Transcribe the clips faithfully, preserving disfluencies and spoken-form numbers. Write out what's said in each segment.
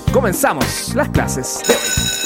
Comenzamos las clases de hoy.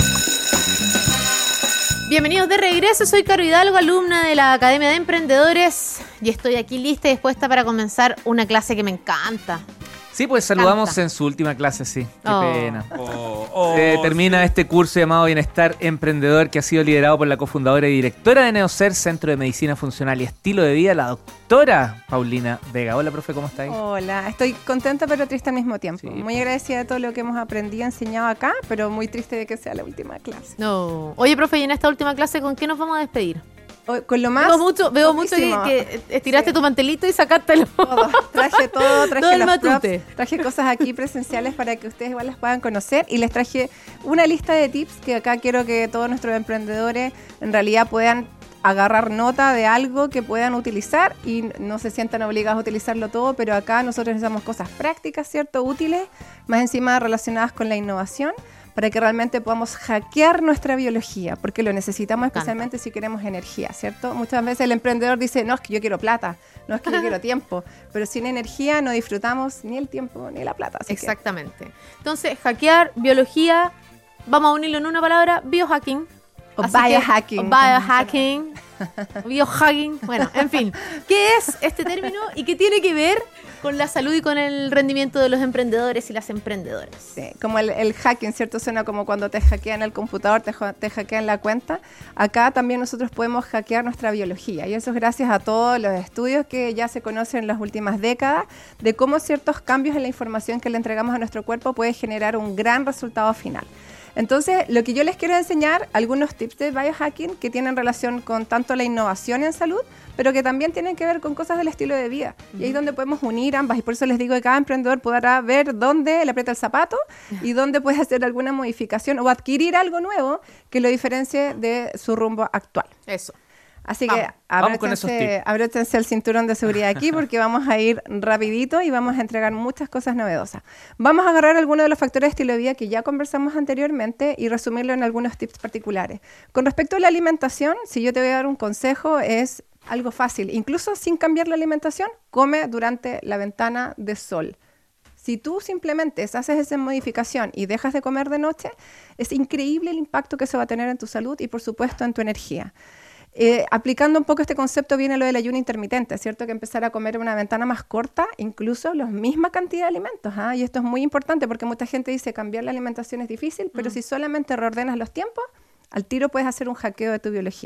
Bienvenidos de regreso, soy Caro Hidalgo, alumna de la Academia de Emprendedores y estoy aquí lista y dispuesta para comenzar una clase que me encanta. Sí, pues saludamos Canta. en su última clase, sí. Qué Oh. pena. Oh, oh, Se termina sí. este curso llamado Bienestar Emprendedor, que ha sido liderado por la cofundadora y directora de Neocer, Centro de Medicina Funcional y Estilo de Vida, la doctora Paulina Vega. Hola, profe, ¿cómo estáis? Hola, estoy contenta pero triste al mismo tiempo. Sí. Muy agradecida de todo lo que hemos aprendido y enseñado acá, pero muy triste de que sea la última clase. No. Oye, profe, y en esta última clase, ¿con qué nos vamos a despedir? O- con lo más... Veo mucho, veo mucho que, poquísimo. que estiraste Sí. tu mantelito y sacártelo. Todo, traje todo, traje Todo el los matute. props, traje cosas aquí presenciales para que ustedes igual las puedan conocer y les traje una lista de tips que acá quiero que todos nuestros emprendedores en realidad puedan agarrar nota de algo que puedan utilizar y no se sientan obligados a utilizarlo todo, pero acá nosotros necesitamos cosas prácticas, ¿cierto? Útiles, más encima relacionadas con la innovación, para que realmente podamos hackear nuestra biología, porque lo necesitamos especialmente si queremos energía, ¿cierto? Muchas veces el emprendedor dice, no, es que yo quiero plata, no es que yo quiero tiempo, pero sin energía no disfrutamos ni el tiempo ni la plata. Así Exactamente. Entonces, hackear, biología, vamos a unirlo en una palabra, biohacking. O Así que- biohacking. o biohacking. Biohacking. Bueno, en fin. ¿Qué es este término y qué tiene que ver con la salud y con el rendimiento de los emprendedores y las emprendedoras? Sí, como el, el hacking, ¿cierto? Suena como cuando te hackean el computador, te, jo- te hackean la cuenta. Acá también nosotros podemos hackear nuestra biología y eso es gracias a todos los estudios que ya se conocen en las últimas décadas de cómo ciertos cambios en la información que le entregamos a nuestro cuerpo puede generar un gran resultado final. Entonces, lo que yo les quiero enseñar, algunos tips de biohacking que tienen relación con tanto la innovación en salud, pero que también tienen que ver con cosas del estilo de vida. Uh-huh. Y ahí es donde podemos unir ambas. Y por eso les digo que cada emprendedor podrá ver dónde le aprieta el zapato y dónde puede hacer alguna modificación o adquirir algo nuevo que lo diferencie de su rumbo actual. Eso. Así Vamos. que Vamos con esos abróchense, tips. abróchense el cinturón de seguridad aquí porque vamos a ir rapidito y vamos a entregar muchas cosas novedosas. Vamos a agarrar algunos de los factores de estilo de vida que ya conversamos anteriormente y resumirlo en algunos tips particulares. Con respecto a la alimentación, si yo te voy a dar un consejo, es algo fácil. Incluso sin cambiar la alimentación, come durante la ventana de sol. Si tú simplemente haces esa modificación y dejas de comer de noche, es increíble el impacto que eso va a tener en tu salud y, por supuesto, en tu energía. Eh, aplicando un poco este concepto viene lo del ayuno intermitente, ¿cierto? Que empezar a comer una ventana más corta, incluso la misma cantidad de alimentos, ¿ah? Y esto es muy importante porque mucha gente dice cambiar la alimentación es difícil, pero mm. si solamente reordenas los tiempos, al tiro puedes hacer un hackeo de tu biología.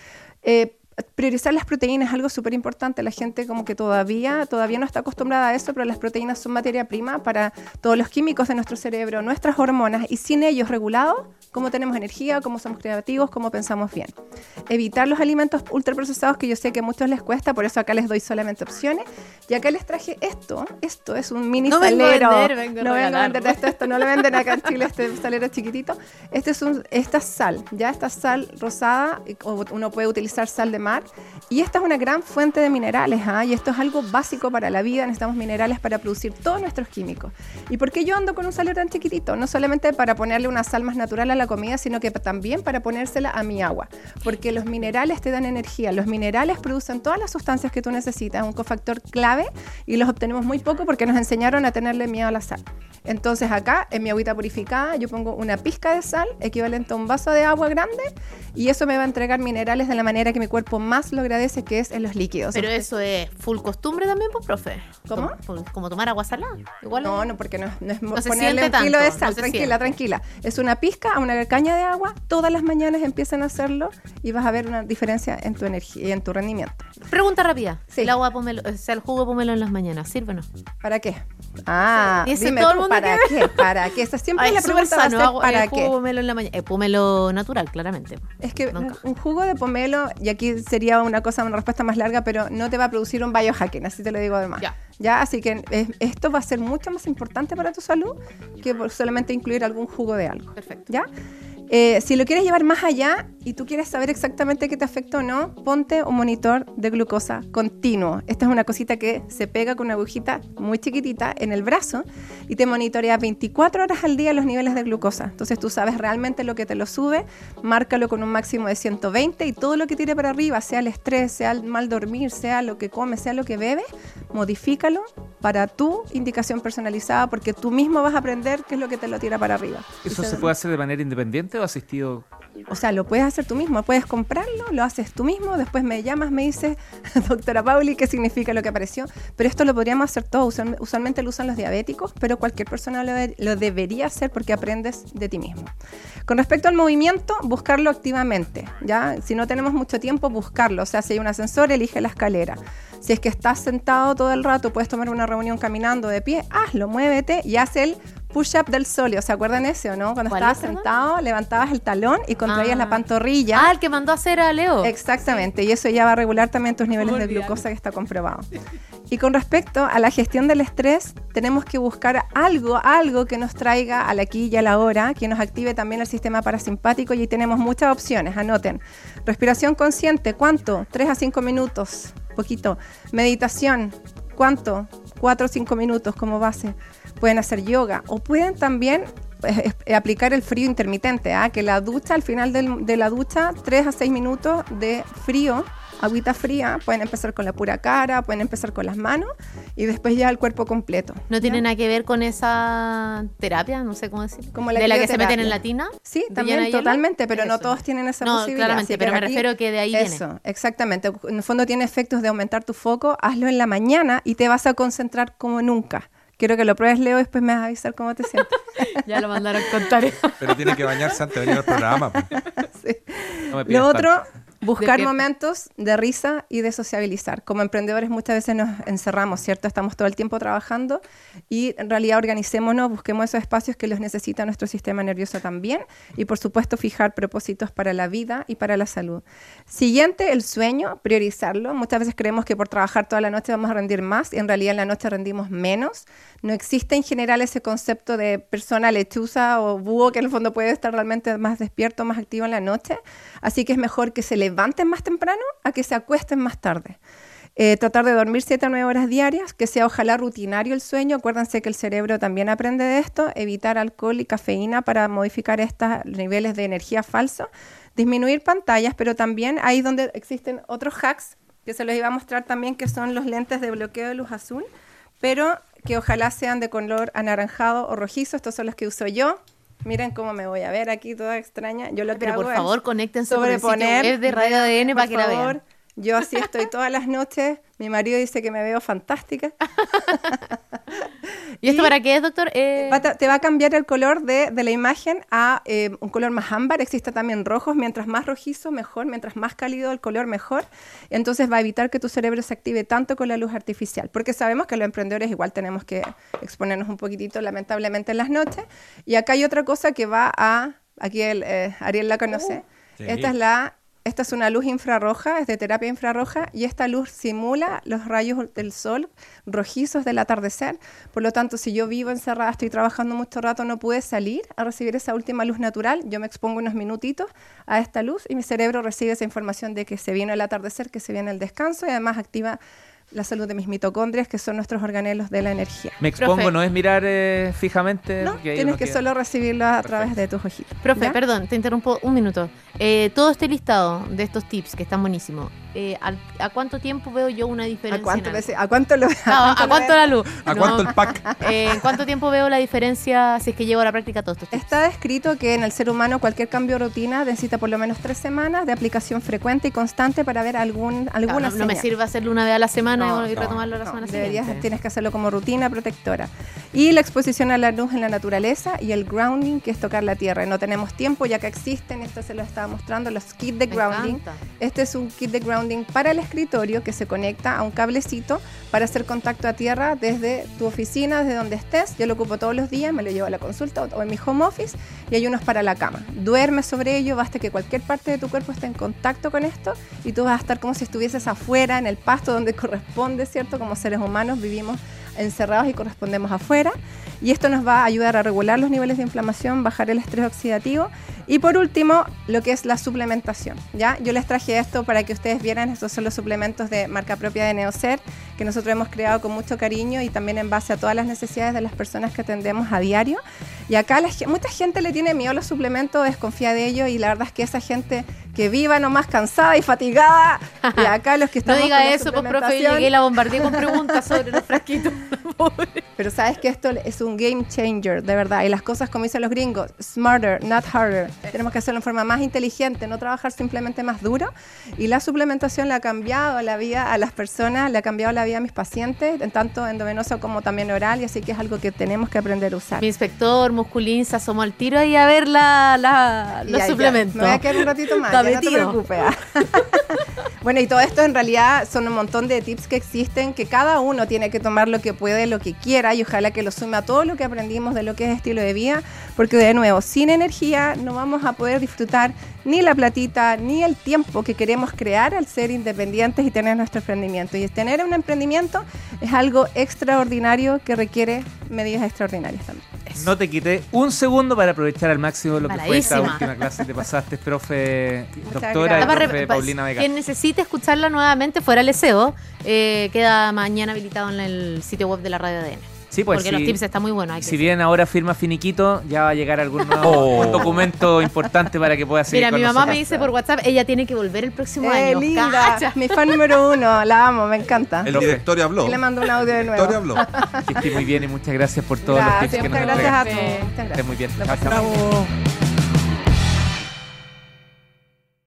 Eh, Priorizar las proteínas es algo súper importante. La gente como que todavía, todavía no está acostumbrada a eso, pero las proteínas son materia prima para todos los químicos de nuestro cerebro, nuestras hormonas, y sin ellos regulados, cómo tenemos energía, cómo somos creativos, cómo pensamos bien. Evitar los alimentos ultraprocesados, que yo sé que a muchos les cuesta, por eso acá les doy solamente opciones. Y acá les traje esto. Esto es un mini no salero. Vengo a vender, vengo no a vengo a vender esto, esto no lo venden acá en Chile, este salero chiquitito. Este es un, esta sal, ya esta sal rosada, o uno puede utilizar sal de mar, y esta es una gran fuente de minerales, ¿eh? Y esto es algo básico para la vida. Necesitamos minerales para producir todos nuestros químicos. ¿Y por qué yo ando con un salero tan chiquitito? No solamente para ponerle una sal más natural a la comida, sino que también para ponérsela a mi agua, porque los minerales te dan energía, los minerales producen todas las sustancias que tú necesitas, es un cofactor clave y los obtenemos muy poco porque nos enseñaron a tenerle miedo a la sal. Entonces acá en mi agüita purificada yo pongo una pizca de sal equivalente a un vaso de agua grande y eso me va a entregar minerales de la manera que mi cuerpo más lo agradece, que es en los líquidos. Pero eso es full costumbre también, pues, profe. ¿Cómo? Como, como tomar agua salada. Igual No, es... no, porque no, no es No se ponerle siente un kilo de tanto, sal, no se tranquila, siente. tranquila. Es una pizca a una caña de agua, todas las mañanas empiezan a hacerlo y vas a ver una diferencia en tu energía y en tu rendimiento. Pregunta rápida. Sí. El agua pomelo, o sea, el jugo de pomelo en las mañanas, ¿sirve o no? ¿Para qué? Ah, Sí, dice dime todo tú, el mundo ¿para que- qué? ¿Para qué? Esa siempre Ay, la súper pregunta va a sano, ser hago, ¿para eh, jugo de qué? pomelo en la mañana. Eh, pomelo natural, claramente. Es que Nunca. un jugo de pomelo, y aquí sería una cosa, una respuesta más larga, pero no te va a producir un biohacking, así te lo digo además. Ya. Ya, así que eh, esto va a ser mucho más importante para tu salud que por solamente incluir algún jugo de algo. Perfecto. ¿Ya? Eh, si lo quieres llevar más allá y tú quieres saber exactamente qué te afecta o no, ponte un monitor de glucosa continuo. Esta es una cosita que se pega con una agujita muy chiquitita en el brazo y te monitorea veinticuatro horas al día los niveles de glucosa. Entonces tú sabes realmente lo que te lo sube, márcalo con un máximo de ciento veinte y todo lo que tire para arriba, sea el estrés, sea el mal dormir, sea lo que comes, sea lo que bebes, modifícalo para tu indicación personalizada, porque tú mismo vas a aprender qué es lo que te lo tira para arriba. ¿Eso se, se puede hacer de manera independiente o asistido? O sea, lo puedes hacer tú mismo, puedes comprarlo, lo haces tú mismo, después me llamas, me dices, doctora Pauli, ¿qué significa lo que apareció? Pero esto lo podríamos hacer todos, Usual, usualmente lo usan los diabéticos, pero cualquier persona lo, de, lo debería hacer porque aprendes de ti mismo. Con respecto al movimiento, buscarlo activamente, ¿ya? Si no tenemos mucho tiempo, buscarlo, o sea, si hay un ascensor, elige la escalera. Si es que estás sentado todo el rato, puedes tomar una reunión caminando de pie, hazlo, muévete y haz el push-up del solio. ¿Se acuerdan ese o no? Cuando estabas sentado, levantabas el talón y contraías ah. la pantorrilla. Ah, el que mandó a hacer a Leo. Exactamente, sí. Y eso ya va a regular también tus niveles de glucosa, que está comprobado. Y con respecto a la gestión del estrés, tenemos que buscar algo, algo que nos traiga al aquí y a la hora, que nos active también el sistema parasimpático, y ahí tenemos muchas opciones. Anoten. Respiración consciente, ¿cuánto? tres a cinco minutos, poquito. Meditación, ¿cuánto? cuatro o cinco minutos como base. Pueden hacer yoga o pueden también eh, eh, aplicar el frío intermitente, ¿eh? Que la ducha, al final del, de la ducha, tres a seis minutos de frío, agüita fría, pueden empezar con la pura cara, pueden empezar con las manos y después ya el cuerpo completo. ¿No tiene nada que ver con esa terapia? No sé cómo decir. Como la ¿De la que se meten en la tina? Sí, también, totalmente, pero eso. No todos tienen esa no, posibilidad. Claramente, pero me aquí, refiero que de ahí eso, viene. Eso, exactamente. En el fondo tiene efectos de aumentar tu foco, hazlo en la mañana y te vas a concentrar como nunca. Quiero que lo pruebes, Leo, y después me vas a avisar cómo te sientes. Ya lo mandaron con tarea. Pero tiene que bañarse antes de venir al programa. Pues. Sí. No lo otro, buscar momentos de risa y de sociabilizar. Como emprendedores muchas veces nos encerramos, ¿cierto? Estamos todo el tiempo trabajando y en realidad organicémonos, busquemos esos espacios que los necesita nuestro sistema nervioso también, y por supuesto fijar propósitos para la vida y para la salud. Siguiente, el sueño, priorizarlo. Muchas veces creemos que por trabajar toda la noche vamos a rendir más y en realidad en la noche rendimos menos. No existe en general ese concepto de persona lechuza o búho que en el fondo puede estar realmente más despierto, más activo en la noche. Así que es mejor que se levanten más temprano a que se acuesten más tarde. Eh, tratar de dormir siete a nueve horas diarias, que sea ojalá rutinario el sueño. Acuérdense que el cerebro también aprende de esto. Evitar alcohol y cafeína para modificar estos niveles de energía falsos. Disminuir pantallas, pero también ahí donde existen otros hacks que se los iba a mostrar también, que son los lentes de bloqueo de luz azul, pero que ojalá sean de color anaranjado o rojizo. Estos son los que uso yo. Miren cómo me voy a ver aquí toda extraña. Yo lo que Pero hago por favor, es conéctense sobreponer por el sitio web de Radio A D N para que la vean. Yo así estoy todas las noches. Mi marido dice que me veo fantástica. ¿Y esto y para qué es, doctor? Eh... Va, te va a cambiar el color de, de la imagen a eh, un color más ámbar. Existe también rojos. Mientras más rojizo, mejor. Mientras más cálido el color, mejor. Entonces va a evitar que tu cerebro se active tanto con la luz artificial. Porque sabemos que los emprendedores igual tenemos que exponernos un poquitito, lamentablemente, en las noches. Y acá hay otra cosa que va a... Aquí el, eh, Ariel la conoce. Uh, sí. Esta es la... Esta es una luz infrarroja, es de terapia infrarroja, y esta luz simula los rayos del sol rojizos del atardecer. Por lo tanto, si yo vivo encerrada, estoy trabajando mucho rato, no pude salir a recibir esa última luz natural, yo me expongo unos minutitos a esta luz y mi cerebro recibe esa información de que se viene el atardecer, que se viene el descanso, y además activa la salud de mis mitocondrias, que son nuestros organelos de la energía. Me expongo, Profe. No es mirar eh, fijamente. No, tienes que queda. Solo recibirlo a Perfecto. Través de tus ojitos. Profe, ¿ya? Perdón, te interrumpo un minuto. Eh, todo este listado de estos tips que están buenísimos, eh, ¿a, ¿a cuánto tiempo veo yo una diferencia? ¿A cuánto, en ¿a cuánto, lo, a cuánto, ¿a cuánto la luz? ¿A no. cuánto el pack? Eh, ¿En cuánto tiempo veo la diferencia si es que llevo a la práctica todos estos tips? Está descrito que en el ser humano cualquier cambio de rutina necesita por lo menos tres semanas de aplicación frecuente y constante para ver algún, alguna no, no, no me sirve hacerlo una vez a la semana no, y retomarlo no, la semana no, siguiente. Deberías, tienes que hacerlo como rutina protectora. Y la exposición a la luz en la naturaleza y el grounding, que es tocar la tierra. No tenemos tiempo, ya que existen, esto se lo estaba mostrando, los kits de Me grounding. encanta. Este es un kit de grounding para el escritorio que se conecta a un cablecito para hacer contacto a tierra desde tu oficina, desde donde estés. Yo lo ocupo todos los días, me lo llevo a la consulta o en mi home office, y hay unos para la cama. Duerme sobre ello, basta que cualquier parte de tu cuerpo esté en contacto con esto y tú vas a estar como si estuvieses afuera, en el pasto donde corresponde, ¿cierto? Como seres humanos vivimos encerrados y correspondemos afuera, y esto nos va a ayudar a regular los niveles de inflamación, bajar el estrés oxidativo. Y por último, lo que es la suplementación, ¿ya? Yo les traje esto para que ustedes vieran. Estos son los suplementos de marca propia de Neocer, que nosotros hemos creado con mucho cariño y también en base a todas las necesidades de las personas que atendemos a diario. Y acá la, mucha gente le tiene miedo a los suplementos, desconfía de ellos, y la verdad es que esa gente que viva nomás cansada y fatigada. Y acá los que No estamos diga con la eso, pues, profe, yo suplementación. llegué y la bombardeé con preguntas sobre los frasquitos. Pero sabes que esto es un game changer, de verdad. Y las cosas, como dicen los gringos, smarter, not harder. Tenemos que hacerlo en forma más inteligente, no trabajar simplemente más duro. Y la suplementación le ha cambiado la vida a las personas, le ha cambiado la vida a mis pacientes, en tanto endovenoso como también oral. Y así que es algo que tenemos que aprender a usar. Mi inspector musculín se asomó al tiro ahí a ver la, la, Y los ya, ya, suplementos. me voy a quedar un ratito más, Está ya no te metido. preocupes. ah. Bueno, y todo esto en realidad son un montón de tips que existen, que cada uno tiene que tomar lo que puede, lo que quiera, y ojalá que lo sume a todo lo que aprendimos de lo que es estilo de vida, porque de nuevo, sin energía no vamos a poder disfrutar ni la platita, ni el tiempo que queremos crear al ser independientes y tener nuestro emprendimiento. Y tener un emprendimiento es algo extraordinario que requiere medidas extraordinarias también. No te quité un segundo para aprovechar al máximo lo que fue esta Maravillísima. última clase que te pasaste, profe, Muchas doctora y gracias. profe Apa, Paulina Vega. Quien necesite escucharla nuevamente fuera del S E O, eh, queda mañana habilitado en el sitio web de la Radio A D N. Sí, pues Porque sí. los tips están muy buenos. hay que Si decir. bien ahora firma finiquito, ya va a llegar algún nuevo Oh. un documento importante para que pueda seguir Mira, con mi mamá nosotros. me dice por WhatsApp, ella tiene que volver el próximo ¡Eh, año. linda! ¡Cacha! Mi fan número uno, la amo, me encanta. El directorio habló. Y le mando un audio de El nuevo. directorio habló. Que esté muy bien y muchas gracias por todos Gracias, los tips que nos muchas gracias a entregan. todos. Muchas Esté muy bien. Lo Chao, chao. pasamos.